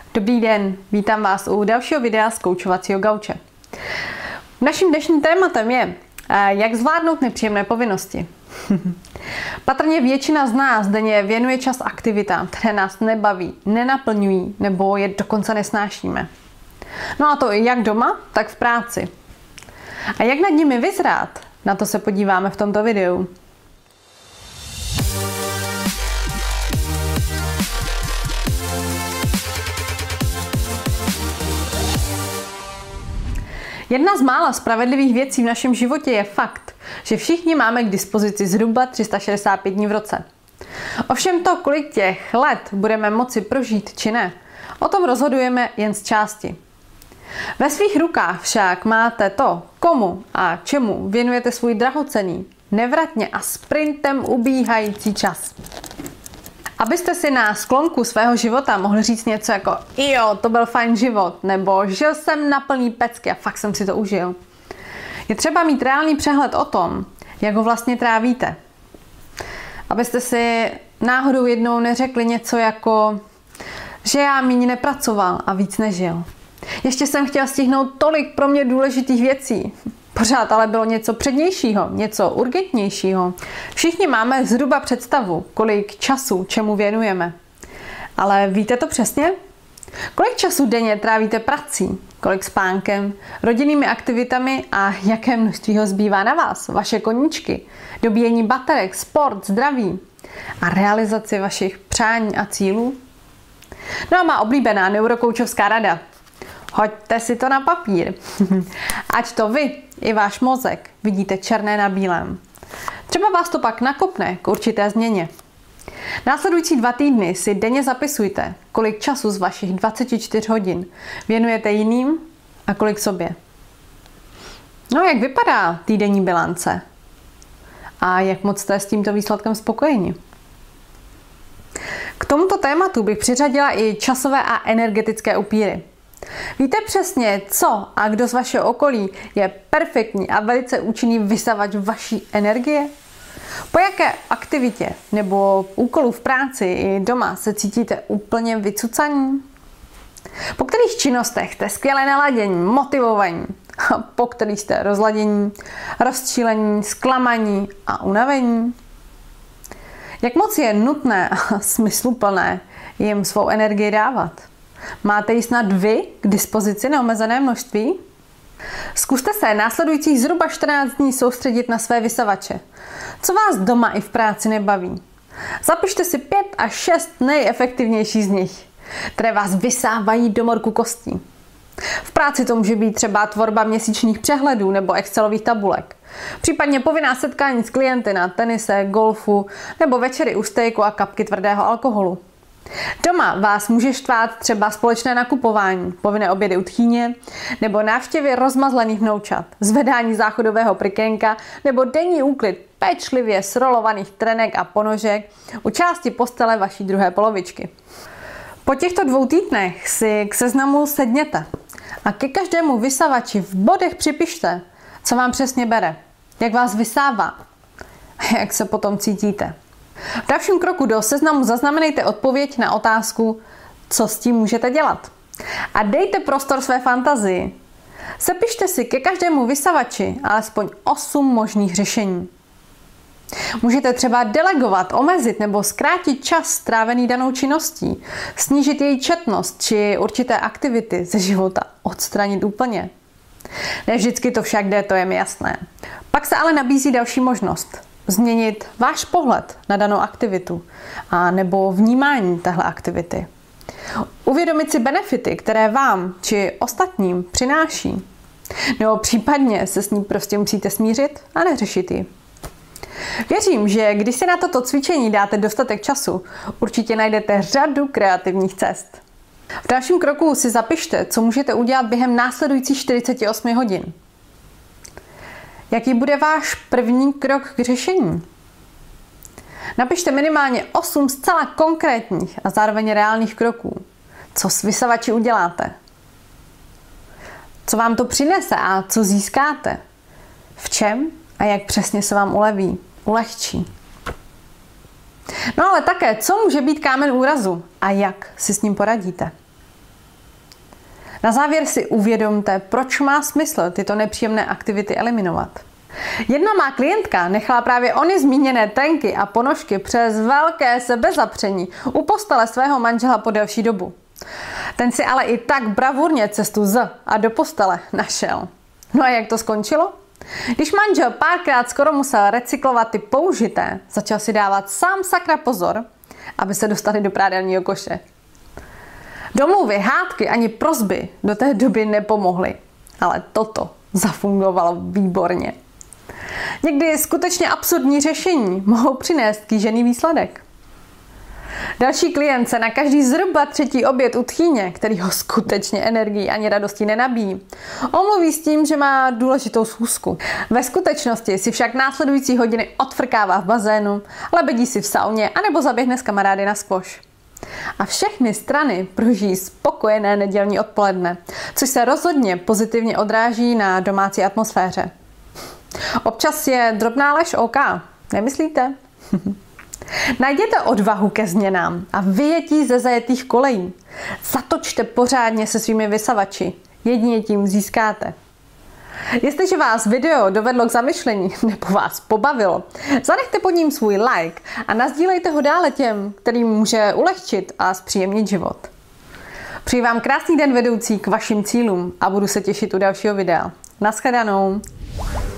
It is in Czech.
Dobrý den, vítám vás u dalšího videa z koučovacího gauče. Naším dnešním tématem je, jak zvládnout nepříjemné povinnosti. Patrně většina z nás denně věnuje čas aktivitám, které nás nebaví, nenaplňují nebo je dokonce nesnášíme. No a to i jak doma, tak v práci. A jak nad nimi vyzrát, na to se podíváme v tomto videu. Jedna z mála spravedlivých věcí v našem životě je fakt, že všichni máme k dispozici zhruba 365 dní v roce. Ovšem to, kolik těch let budeme moci prožít či ne, o tom rozhodujeme jen z části. Ve svých rukách však máte to, komu a čemu věnujete svůj drahocenný, nevratně a sprintem ubíhající čas. Abyste si na sklonku svého života mohli říct něco jako jo, to byl fajn život, nebo žil jsem na plný pecky a fakt jsem si to užil. Je třeba mít reálný přehled o tom, jak ho vlastně trávíte. Abyste si náhodou jednou neřekli něco jako, že já míň nepracoval a víc nežil. Ještě jsem chtěl stihnout tolik pro mě důležitých věcí. Pořád ale bylo něco přednějšího, něco urgentnějšího. Všichni máme zhruba představu, kolik času čemu věnujeme. Ale víte to přesně? Kolik času denně trávíte prací, kolik spánkem, rodinnými aktivitami a jaké množství ho zbývá na vás, vaše koníčky, dobíjení baterek, sport, zdraví a realizaci vašich přání a cílů? No a má oblíbená neurokoučovská rada. Hoďte si to na papír. Ať to vy i váš mozek vidíte černé na bílém. Třeba vás to pak nakopne k určité změně. Následující 2 týdny si denně zapisujte, kolik času z vašich 24 hodin věnujete jiným a kolik sobě. No, jak vypadá týdenní bilance? A jak moc jste s tímto výsledkem spokojeni? K tomuto tématu bych přiřadila i časové a energetické upíry. Víte přesně, co a kdo z vašeho okolí je perfektní a velice účinný vysavač vaší energie? Po jaké aktivitě nebo úkolu v práci i doma se cítíte úplně vycucaní? Po kterých činnostech jste skvěle naladění, motivovaní? Po kterých jste rozladění, rozčílení, zklamaní a unavení? Jak moc je nutné a smysluplné jim svou energii dávat? Máte ji snad vy k dispozici neomezené množství? Zkuste se následujících zhruba 14 dní soustředit na své vysavače. Co vás doma i v práci nebaví? Zapište si 5 až 6 nejefektivnějších z nich, které vás vysávají do morku kostí. V práci to může být třeba tvorba měsíčních přehledů nebo excelových tabulek. Případně povinná setkání s klienty na tenise, golfu nebo večery u stejku a kapky tvrdého alkoholu. Doma vás může štvát třeba společné nakupování, povinné obědy u tchýně, nebo návštěvy rozmazlených vnoučat, zvedání záchodového prkénka nebo denní úklid pečlivě srolovaných trenek a ponožek u části postele vaší druhé polovičky. Po těchto 2 týdnech si k seznamu sedněte a ke každému vysavači v bodech připište, co vám přesně bere, jak vás vysává a jak se potom cítíte. V dalším kroku do seznamu zaznamenejte odpověď na otázku, co s tím můžete dělat. A dejte prostor své fantazii. Sepište si ke každému vysavači alespoň 8 možných řešení. Můžete třeba delegovat, omezit nebo zkrátit čas strávený danou činností, snížit její četnost či určité aktivity ze života odstranit úplně. Ne vždycky to však jde, to je mi jasné. Pak se ale nabízí další možnost. Změnit váš pohled na danou aktivitu a nebo vnímání téhle aktivity. Uvědomit si benefity, které vám či ostatním přináší. Nebo případně se s ní prostě musíte smířit a neřešit ji. Věřím, že když si na toto cvičení dáte dostatek času, určitě najdete řadu kreativních cest. V dalším kroku si zapište, co můžete udělat během následujících 48 hodin. Jaký bude váš první krok k řešení? Napište minimálně 8 zcela konkrétních a zároveň reálných kroků. Co s vysavači uděláte? Co vám to přinese a co získáte? V čem a jak přesně se vám uleví, ulehčí? No ale také, co může být kámen úrazu a jak si s ním poradíte? Na závěr si uvědomte, proč má smysl tyto nepříjemné aktivity eliminovat. Jedna má klientka nechala právě ony zmíněné trenky a ponožky přes velké sebezapření u postele svého manžela po delší dobu. Ten si ale i tak bravurně cestu z a do postele našel. No a jak to skončilo? Když manžel párkrát skoro musel recyklovat ty použité, začal si dávat sám sakra pozor, aby se dostali do prádelního koše. Domluvy, hádky ani prosby do té doby nepomohly, ale toto zafungovalo výborně. Někdy skutečně absurdní řešení mohou přinést kýžený výsledek. Další klient se na každý zhruba třetí oběd u tchýně, který ho skutečně energií ani radostí nenabíjí, omluví s tím, že má důležitou schůzku. Ve skutečnosti si však následující hodiny odfrkává v bazénu, lebedí si v sauně anebo zaběhne s kamarády na squash. A všechny strany prožijí spokojené nedělní odpoledne, což se rozhodně pozitivně odráží na domácí atmosféře. Občas je drobná lež OK, nemyslíte? Najděte odvahu ke změnám a vyjetí ze zajetých kolejí. Zatočte pořádně se svými vysavači. Jedině tím získáte. Jestliže vás video dovedlo k zamyšlení nebo vás pobavilo, zanechte pod ním svůj like a nasdílejte ho dále těm, kterým může ulehčit a zpříjemnit život. Přeji vám krásný den vedoucí k vašim cílům a budu se těšit u dalšího videa. Naschledanou.